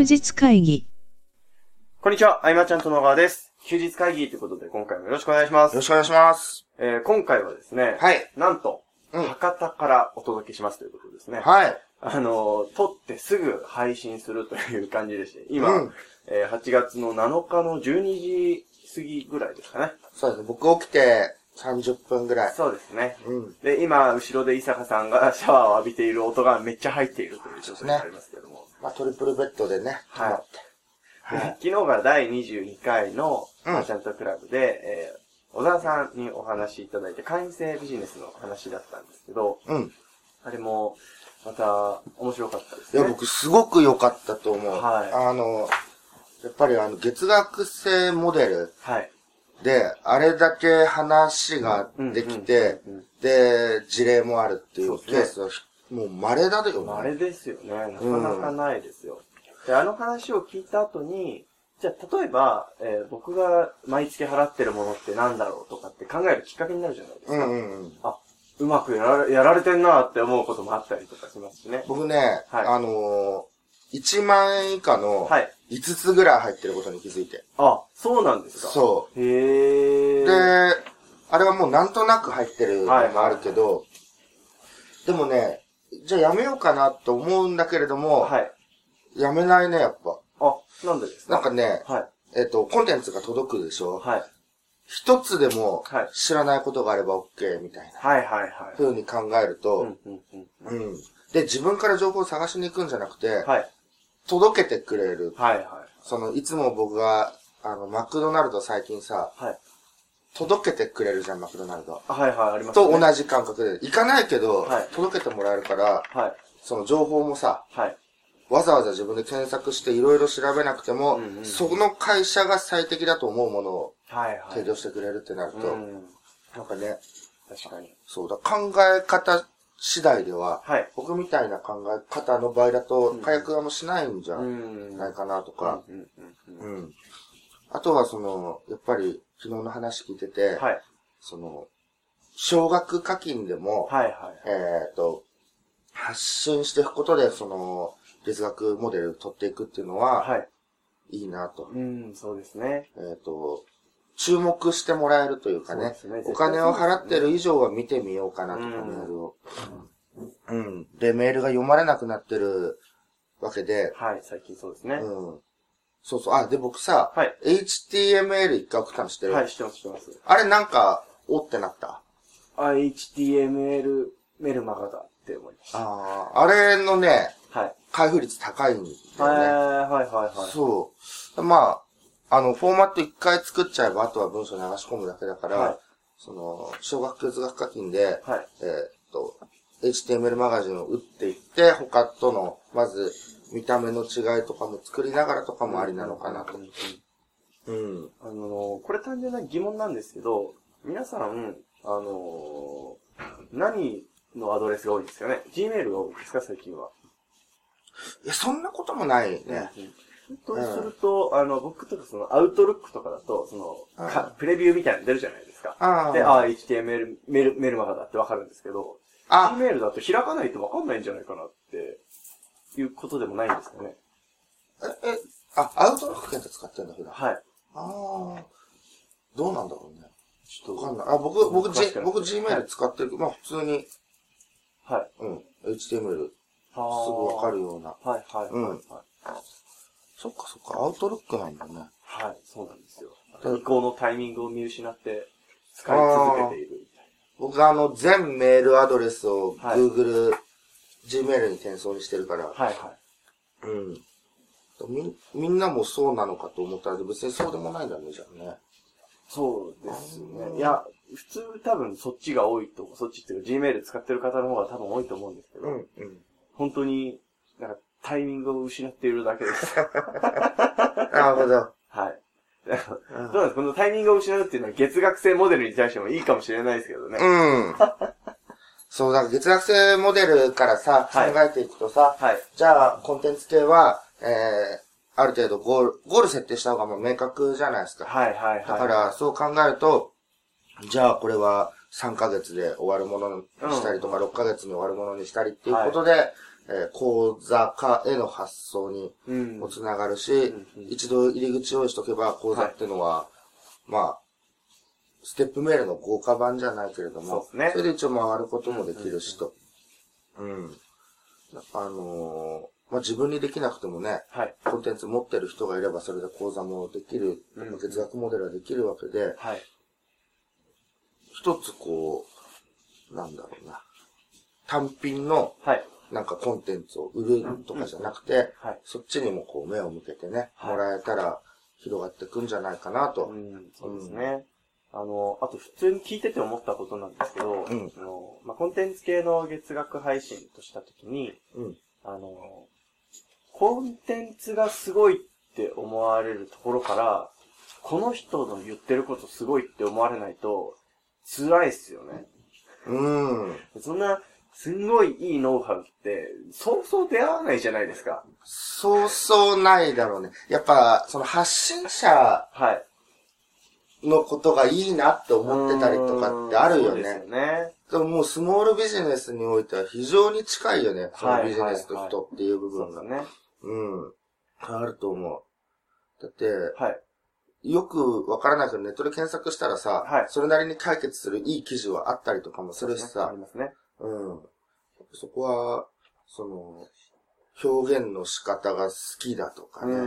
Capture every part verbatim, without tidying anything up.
日会議。 こんにちは、あいまちゃんと野川です。休日会議ということで今回もよろしくお願いします。 よろしくお願いします。 えー、今回はですね、 はい。 なんと、 うん、 博多からお届けしますということですね。 はい。 あのー、撮ってすぐ配信するという感じでして、今、うん、えー、はちがつのなのかのじゅうにじ過ぎぐらいですかね。 そうですね、僕起きてさんじゅっぷんぐらい。 そうですね。 うん。 で、今、後ろで伊坂さんがシャワーを浴びている音がめっちゃ入っているという状態になりますけども。 まあ、トリプルベッドでね、 はい。 はい、 昨日がだいにじゅうにかいのマーチャントクラブで、うん、えー、小沢さんにお話いただいて会員制ビジネスの話だったんですけど、 うん。 あれも、また、面白かったですね。 いや、僕すごく良かったと思う。 はい。 あの、やっぱりあの、月額制モデル。 はい。 で、あれだけ話ができて、で、事例もあるっていうケースは、もう稀だよね。 稀ですよね。なかなかないですよ。うん、で、あの話を聞いた後に、じゃあ、例えば、えー、僕が毎月払ってるものって何だろうとかって考えるきっかけになるじゃないですか。うんうんうん、あ、うまくやられ、やられてんなって思うこともあったりとかしますしね。 僕ね、はい、あのー、いちまんえん以下のいつつぐらい入ってることに気づいて。 はい、あ、そうなんですか。 そう。 へー。 で、あれはもうなんとなく入ってるのもあるけど、はいはい、でもね、じゃあやめようかなと思うんだけれども、はい、やめないね、やっぱ。 あ、なんでですか？ なんかね、はい、えっと、コンテンツが届くでしょ？はい。一つでも知らないことがあれば OK みたいな。 はいはいはい。 風に考えると、うんうんうんうん、で、自分から情報を探しに行くんじゃなくて、はい、届けてくれる。はいはい。その、いつも僕が、あの、マクドナルド最近さ、はい、届けてくれるじゃん、マクドナルド。 はいはい、ありますね。 と同じ感覚で。行かないけど、はい、届けてもらえるから、はい、その情報もさ、はい、わざわざ自分で検索していろいろ調べなくても、うんうん、その会社が最適だと思うものを提供してくれるってなると、はいはい、なんかね、 確かに。 そうだ、考え方次第では、はい、僕みたいな考え方の場合だと、解約はもうしないんじゃないかなとか、あとはその、やっぱり昨日の話聞いてて、はい、その、少額課金でも、はいはい、えっと、発信していくことで、その、月額モデル取っていくっていうのは、はい、いいなと。 うん、そうですね。 えっと、注目してもらえるというかね、ねお金を払ってる以上は見てみようかなとか、メールを。うん。で、メールが読まれなくなってるわけで。 はい、最近そうですね。 うん。そうそう。あ、で、僕さ、はい、エイチティーエムエル 一回送ったの知ってる？ はい、知ってます、知ってます。 あれなんか、おってなった？ あ、エイチティーエムエル メルマガだって思いました。 ああ、あれのね、はい、開封率高いんだよね。 はいはいはい。 そう。まあ、あの、フォーマット一回作っちゃえば、あとは文章流し込むだけだから、はい、その、少額月額課金で、はい、えー、っと、エイチティーエムエル マガジンを打っていって、他との、まず、見た目の違いとかも作りながらとかもありなのかなと。 うん。うん、あの、これ単純な疑問なんですけど、皆さん、あの、何のアドレスが多いですかね？ Gmail が多いですか、最近は。 いや、そんなこともないね。 うん、とすると、うん、あの、僕とかその、アウトルックとかだと、その、かプレビューみたいなの出るじゃないですか。あで、ああ、エイチティーエムエル メル、メルマガだってわかるんですけど、Gmail だと開かないとわかんないんじゃないかなって、いうことでもないんですかね。 え、え、あ、アウトロック検索使ってんだ、普段。 はい。 ああ、どうなんだろうね。ちょっとわかんない。あ、僕、僕、G、僕 Gmail 使ってる、はい、まあ普通に、はい。うん、エイチティーエムエル。すぐわかるような。 はいはいはい、はい、うん。 そっかそっか、アウトロックなんだね。 はい、そうなんですよ。移行のタイミングを見失って使い続けているみたいな。 僕があの、全メールアドレスを Google、はい、Gmail に転送にしてるから。はいはい。うん。み、みんなもそうなのかと思ったら別にそうでもないんだね、じゃあね。 そうですね。いや、普通多分そっちが多いと、そっちっていうか Gmail 使ってる方の方が多分多いと思うんですけど。うんうん。本当に、なんか、タイミングを失っているだけです。 なるほど。 はい。どうなんですか？このタイミングを失うっていうのは月額制モデルに対してもいいかもしれないですけどね。 うん。そう、だから月額制モデルからさ、はい、考えていくとさ、はい、じゃあ、コンテンツ系は、えー、ある程度ゴール、ゴール設定した方がもう明確じゃないですか。はいはいはい。だから、そう考えると、じゃあこれはさんかげつで終わるものにしたりとか、うん、ろっかげつに終わるものにしたりっていうことで、はい、 えー、講座化への発想にもつながるし、うんうんうん、一度入り口用意しとけば講座っていうのは、はい、まあ、ステップメールの豪華版じゃないけれども、 そ, う、ね、それで一応回ることもできるしと。うんうんうん、あのー、まあ、自分にできなくてもね、はい、コンテンツ持ってる人がいればそれで講座もできる、うん、月額モデルはできるわけで、はい、一つこう、なんだろうな、単品の、なんかコンテンツを売るとかじゃなくて、うんうんはい、そっちにもこう目を向けてね、はい、もらえたら広がっていくんじゃないかなと。 うん、そうですね。うん、あの、あと普通に聞いてて思ったことなんですけど、うん、あのまあ、コンテンツ系の月額配信としたときに、うん、あの、コンテンツがすごいって思われるところから、この人の言ってることすごいって思われないと辛いっすよね。 うん。 そんな、すんごいいいノウハウって、そうそう出会わないじゃないですか。 そうそうないだろうね。やっぱ、その発信者のことがいいなって思ってたりとかってあるよね。そうですよね。でももうスモールビジネスにおいては非常に近いよね。そのビジネスと人っていう部分が。 はいはいはい、そうですね。 うん。あると思う。だって、はい、よくわからないけどネットで検索したらさ、はい、それなりに解決するいい記事はあったりとかもするしさ。 ありますね。 うん。そこは、その、表現の仕方が好きだとかね。うん、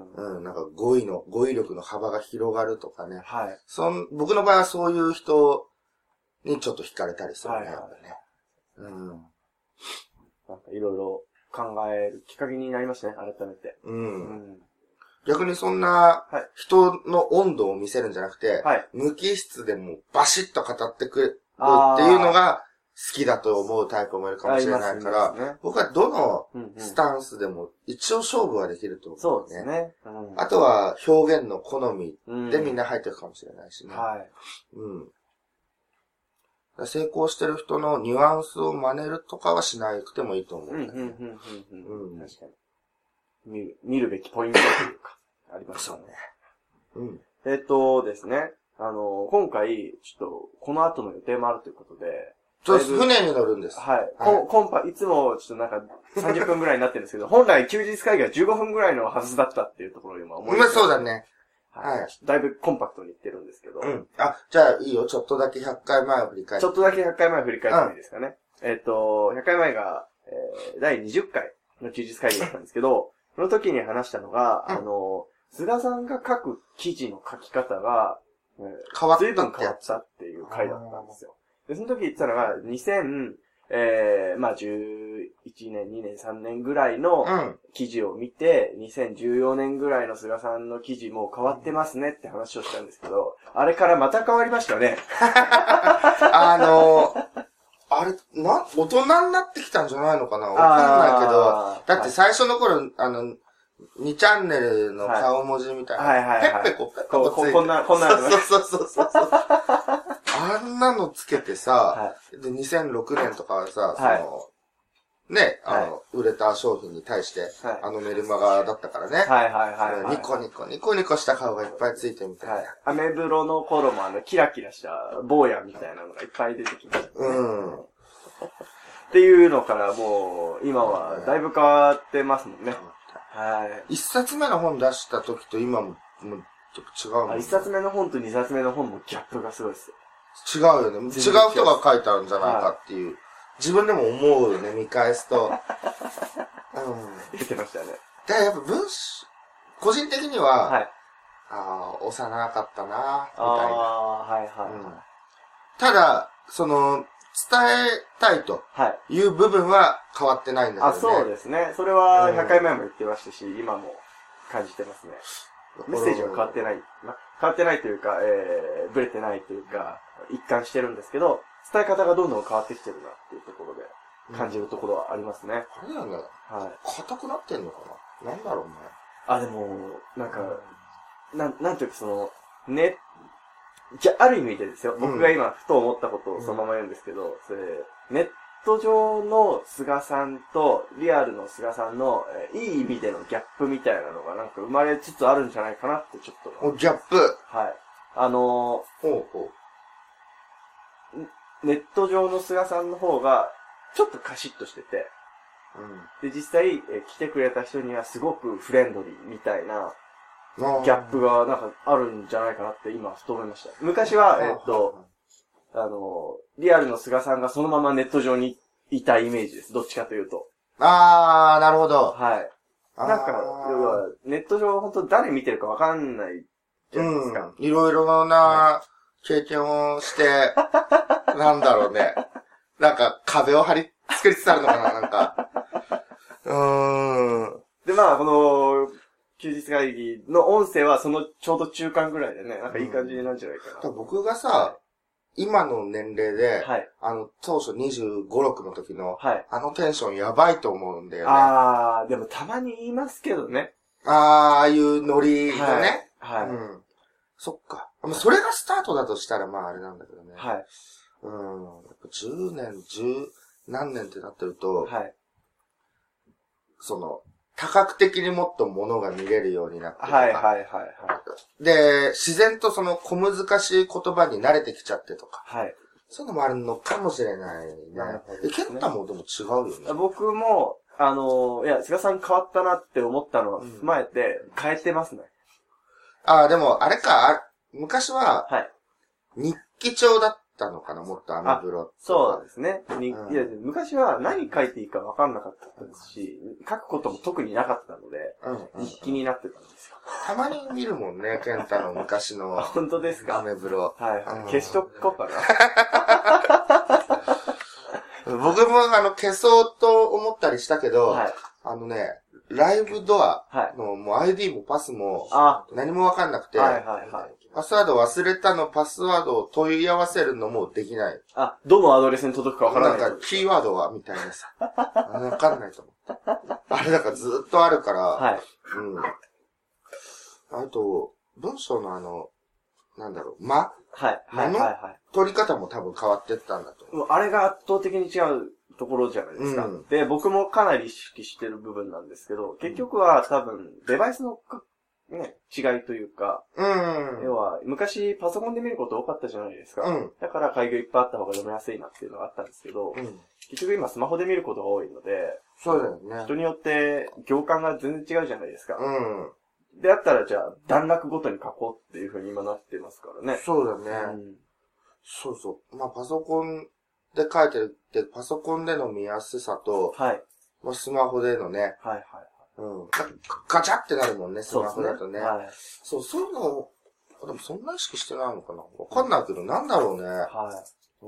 うん。なんか語彙の、語彙力の幅が広がるとかね。はい。そん、僕の場合はそういう人にちょっと惹かれたりするね。はいはい、うん。 なんかいろいろ考えるきっかけになりましたね、改めて。 うん。うん、逆にそんな、人の温度を見せるんじゃなくて、はい、無機質でもバシッと語ってくるっていうのが、好きだと思うタイプもいるかもしれないから、ね、僕はどのスタンスでも一応勝負はできると思う、ね。 そうですね、 うん。あとは表現の好みでみんな入ってるかもしれないしね。うん、はい。うん。成功してる人のニュアンスを真似るとかはしなくてもいいと思う、ね。うん、うん、うん、 うん。確かに。見る、見るべきポイントというか、ありますよね。うん。えっとですね、あの、今回、ちょっと、この後の予定もあるということで、 そうです。船に乗るんです。 はい。はい、コンパ、いつもちょっとなんかさんじゅっぷんぐらいになってるんですけど、本来休日会議はじゅうごふんぐらいのはずだったっていうところを今思います。 そうだね。 はい。だいぶコンパクトに言ってるんですけど。 うん。あ、じゃあいいよ。ちょっとだけひゃっかいまえを振り返って。 ちょっとだけひゃっかいまえを振り返ってもいいですかね。うん、えっと、ひゃっかいまえが、えー、だいにじゅっかいの休日会議だったんですけど、その時に話したのが、うん、あの、菅さんが書く記事の書き方が、 えー、変わった。 随分変わったっていう回だったんですよ。で、その時言ってたのが、にせん、えー、まあ、じゅういちねん、にねん、さんねんぐらいの記事を見て、うん、にせんじゅうよねんぐらいの菅さんの記事も変わってますねって話をしたんですけど、あれからまた変わりましたね。 あのー、あれ、な、大人になってきたんじゃないのかなわかんないけど、だって最初の頃、はい、あの、にチャンネルの顔文字みたいな。はいはいはい、はい。ペッペコペッペコついてる。 こんな、こんなの、 ね。そうそうそうそう。あんなのつけてさ、はい、で、にせんろくねんとかはさ、その、はい、ね、あの、はい、売れた商品に対して、はい、あのメルマガだったからね。 はいはいはい、はい。 ニコニコ、ニコニコした顔がいっぱいついてみたいな。はい。 アメブロの頃もあの、キラキラした坊やみたいなのがいっぱい出てきました、ね。うん。っていうのからもう、今はだいぶ変わってますもんね。 はい。一冊目の本出した時と今も、もうちょっと違うもん、ね。 一冊目の本と二冊目の本もギャップがすごいですよ。 違うよね。違う人が書いてあるんじゃないかっていう。はい、自分でも思うよね、見返すと。うん。 言ってましたね。 で、やっぱ文章、個人的には、はい、ああ、幼かったな、みたいな。ああ、はいはい、はいうん。 ただ、その、伝えたいという部分は変わってないんだけどね。 あ、そうですね。それはひゃっかいまえも言ってましたし、うん、今も感じてますね。メッセージは変わってない。ま、変わってないというか、えー、ブレてないというか、一貫してるんですけど、伝え方がどんどん変わってきてるなっていうところで感じるところはありますね。 うん、あれだよね。はい。硬くなってんのかななんだろうね。 あ、でも、なんか、うん、なん、なんていうかその、ね、じゃ、ある意味でですよ。僕が今、ふと思ったことをそのまま言うんですけど、うん、それ、ネット上の菅さんと、リアルの菅さんの、えー、いい意味でのギャップみたいなのがなんか生まれつつあるんじゃないかなってちょっと。 お、ギャップはい。あのー、ほうほう。ネット上の菅さんの方が、ちょっとカシッとしてて、 うん、で、実際、え来てくれた人にはすごくフレンドリーみたいな、ギャップがなんかあるんじゃないかなって今、ふと思いました。昔は、えっと、あの、リアルの菅さんがそのままネット上にいたイメージです。どっちかというと。 あー、なるほど。 はい。なんか、要は、ネット上本当誰見てるかわかんないじゃないですか。 うん。いろいろな経験をして、なんだろうね。なんか壁を張り、作りつつあるのかな、なんか。うーん。 で、まあ、この、休日会議の音声はそのちょうど中間ぐらいでね、なんかいい感じなんじゃないかな。 うん、僕がさ、はい、今の年齢で、 はい、 あの、当初にじゅうご、ろくの時の、 はい、 あのテンションやばいと思うんだよね。 あー、でもたまに言いますけどね。 あー、ああいうノリのね。 はい。はい、 うん。そっか。それがスタートだとしたらまああれなんだけどね。 はい。 うん。やっぱじゅうねん、じゅう何年ってなってると、 はい。 その、多角的にもっとものが見れるようになってとか。 はいはいはいはい。 で、自然とその小難しい言葉に慣れてきちゃってとか。 はい。 そういうのもあるのかもしれないね。え、ケンタもでも違うよね。 僕も、あの、いや、菅さん変わったなって思ったのを踏まえて、変えてますね。 うん、ああ、でも、あれか、昔は、 はい。 日記帳だったのかな、もっとアメブロ。 そうですね。にうん、いや昔は何書いていいか分かんなかったですし、書くことも特になかったので、うん、日記になってたんですよ。 たまに見るもんね、ケンタの昔の。 本当ですか？ アメブロ。 はい、はい。消しとこうかな。 僕もあの消そうと思ったりしたけど、 はい、 あのね、ライブドアの、はい、もう アイディー もパスも何もわかんなくて、 はいはいはい、 パスワード忘れたのパスワードを問い合わせるのもできない。 あ、どのアドレスに届くかわからない。 なんかキーワードはみたいなさ。わかんないと思う。あれだからずっとあるから、 はい、 うん。あと、文章のあの、なんだろう、間はい。はい。はい。はい。 取り方も多分変わってったんだと思う。 あれが圧倒的に違うところじゃないですか。うん、で、僕もかなり意識してる部分なんですけど、結局は多分、デバイスの、ね、違いというか、 うん。 要は、昔パソコンで見ること多かったじゃないですか。うん。だから開業いっぱいあった方が読みやすいなっていうのがあったんですけど、うん、結局今スマホで見ることが多いので、 そうだよね。 人によって行間が全然違うじゃないですか。 うん。 であったらじゃあ、段落ごとに書こうっていう風に今なってますからね。 そうだね。うん、そうそう。まあ、パソコンで書いてるって、パソコンでの見やすさと、はい。まあ、スマホでのね。 はいはい。 うん。ガチャってなるもんね、スマホだとね。 そう、ね、はい。 そう、そういうのを、でもそんな意識してないのかなわかんないけど、なんだろうね。 はい。 うん。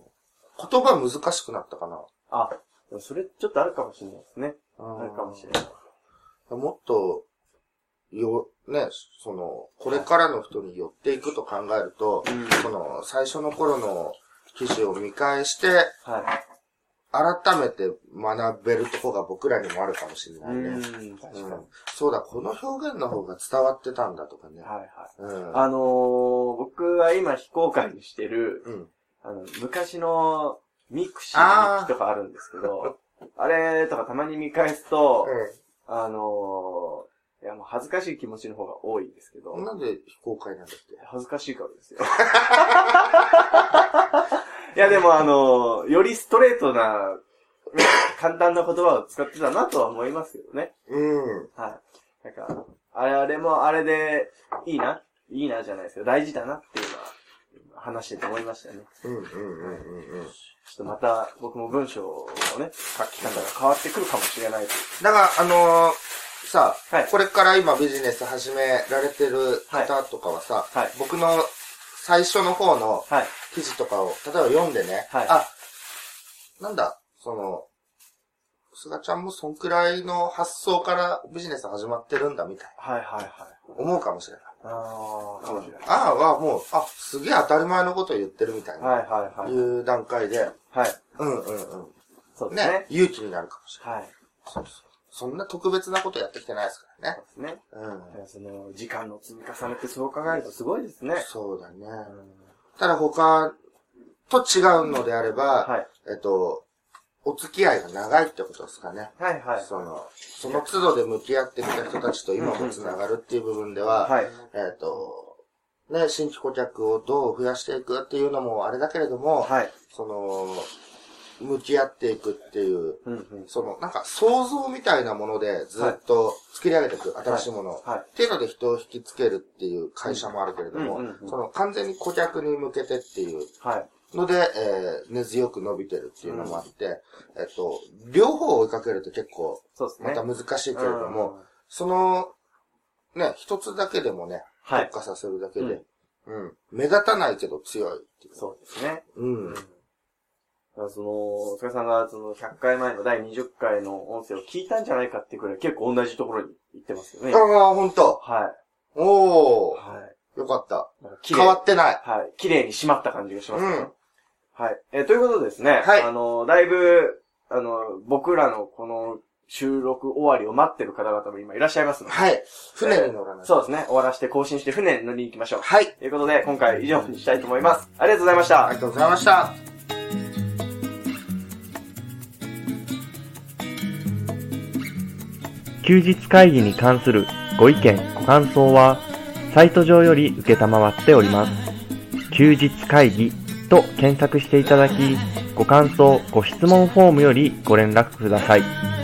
言葉難しくなったかな。 あ、でもそれちょっとあるかもしれないですね。あるかもしれない。 もっと、よ、ね、その、これからの人に寄っていくと考えると、はい、その、最初の頃の記事を見返して、はい、改めて学べるとこが僕らにもあるかもしれないね。うん、確かに、うん。そうだ、この表現の方が伝わってたんだとかね。 はいはい。うん、あのー、僕は今非公開にしてる、うん、あの、昔のミクシーとかあるんですけど、あ, あれとかたまに見返すと、うん、あのー、いや、もう恥ずかしい気持ちの方が多いんですけど。 なんで非公開なんだって恥ずかしいからですよ。いや、でもあの、よりストレートな、簡単な言葉を使ってたなとは思いますけどね。 うん。 はい。なんか、あれもあれで、いいな、いいなじゃないですけど、大事だなっていうのは、話してて思いましたね。 うんうんうんうんうん。 ちょっとまた、僕も文章をね、書き方が変わってくるかもしれない。 だから、あのー、さあ、はい、これから今ビジネス始められてる方とかはさ、はいはい、僕の最初の方の記事とかを、例えば読んでね、はい、あ、なんだ、その、菅ちゃんもそんくらいの発想からビジネス始まってるんだみたいな。 はいはいはい。 思うかもしれない。 ああ、かもしれない。 ああはもう、あ、すげえ当たり前のことを言ってるみたいな。 はいはいはい。 いう段階で。 はい。 うんうんうん。 そうですね。ね、 勇気になるかもしれない。 はい。 そうそう。そんな特別なことやってきてないですからね。 そうですね。うん。その、時間の積み重ねってそう考えるとすごいですね。 そうだね。うん、ただ他と違うのであれば、はい、えっと、お付き合いが長いってことですかね。 はいはい。 その、その都度で向き合ってきた人たちと今もつながるっていう部分では、はい、えっと、ね、新規顧客をどう増やしていくっていうのもあれだけれども、はい、その、 向き合っていくっていう、 うんうん、 その、なんか想像みたいなものでずっと作り上げていく、はい、新しいもの、はいはい、っていうので人を引きつけるっていう会社もあるけれども、うんうんうん、その完全に顧客に向けてっていうので、はい、えー、根強く伸びてるっていうのもあって、うん、えっと、両方追いかけると結構、また難しいけれども、ね、その、ね、一つだけでもね、特化させるだけで、はいうん、うん、目立たないけど強いっていう。 そうですね。 うん。うんその、塚さんがそのひゃっかいまえのだいにじゅっかいの音声を聞いたんじゃないかっていうくらい結構同じところに行ってますよね。 ああ、ほんと。 はい。 おー。 はい。 よかった。変わってない。 はい。綺麗に締まった感じがしますね。うん。はい。えー、ということでですね。 はい。 あの、だいぶ、あの、僕らのこの収録終わりを待ってる方々も今いらっしゃいますので。 はい。船に乗らない、えー。 そうですね。終わらせて更新して船に乗りに行きましょう。 はい。 ということで、今回以上にしたいと思います。ありがとうございました。 ありがとうございました。 休日会議に関するご意見ご感想はサイト上より受けたまわっております。休日会議と検索していただき、ご感想ご質問フォームよりご連絡ください。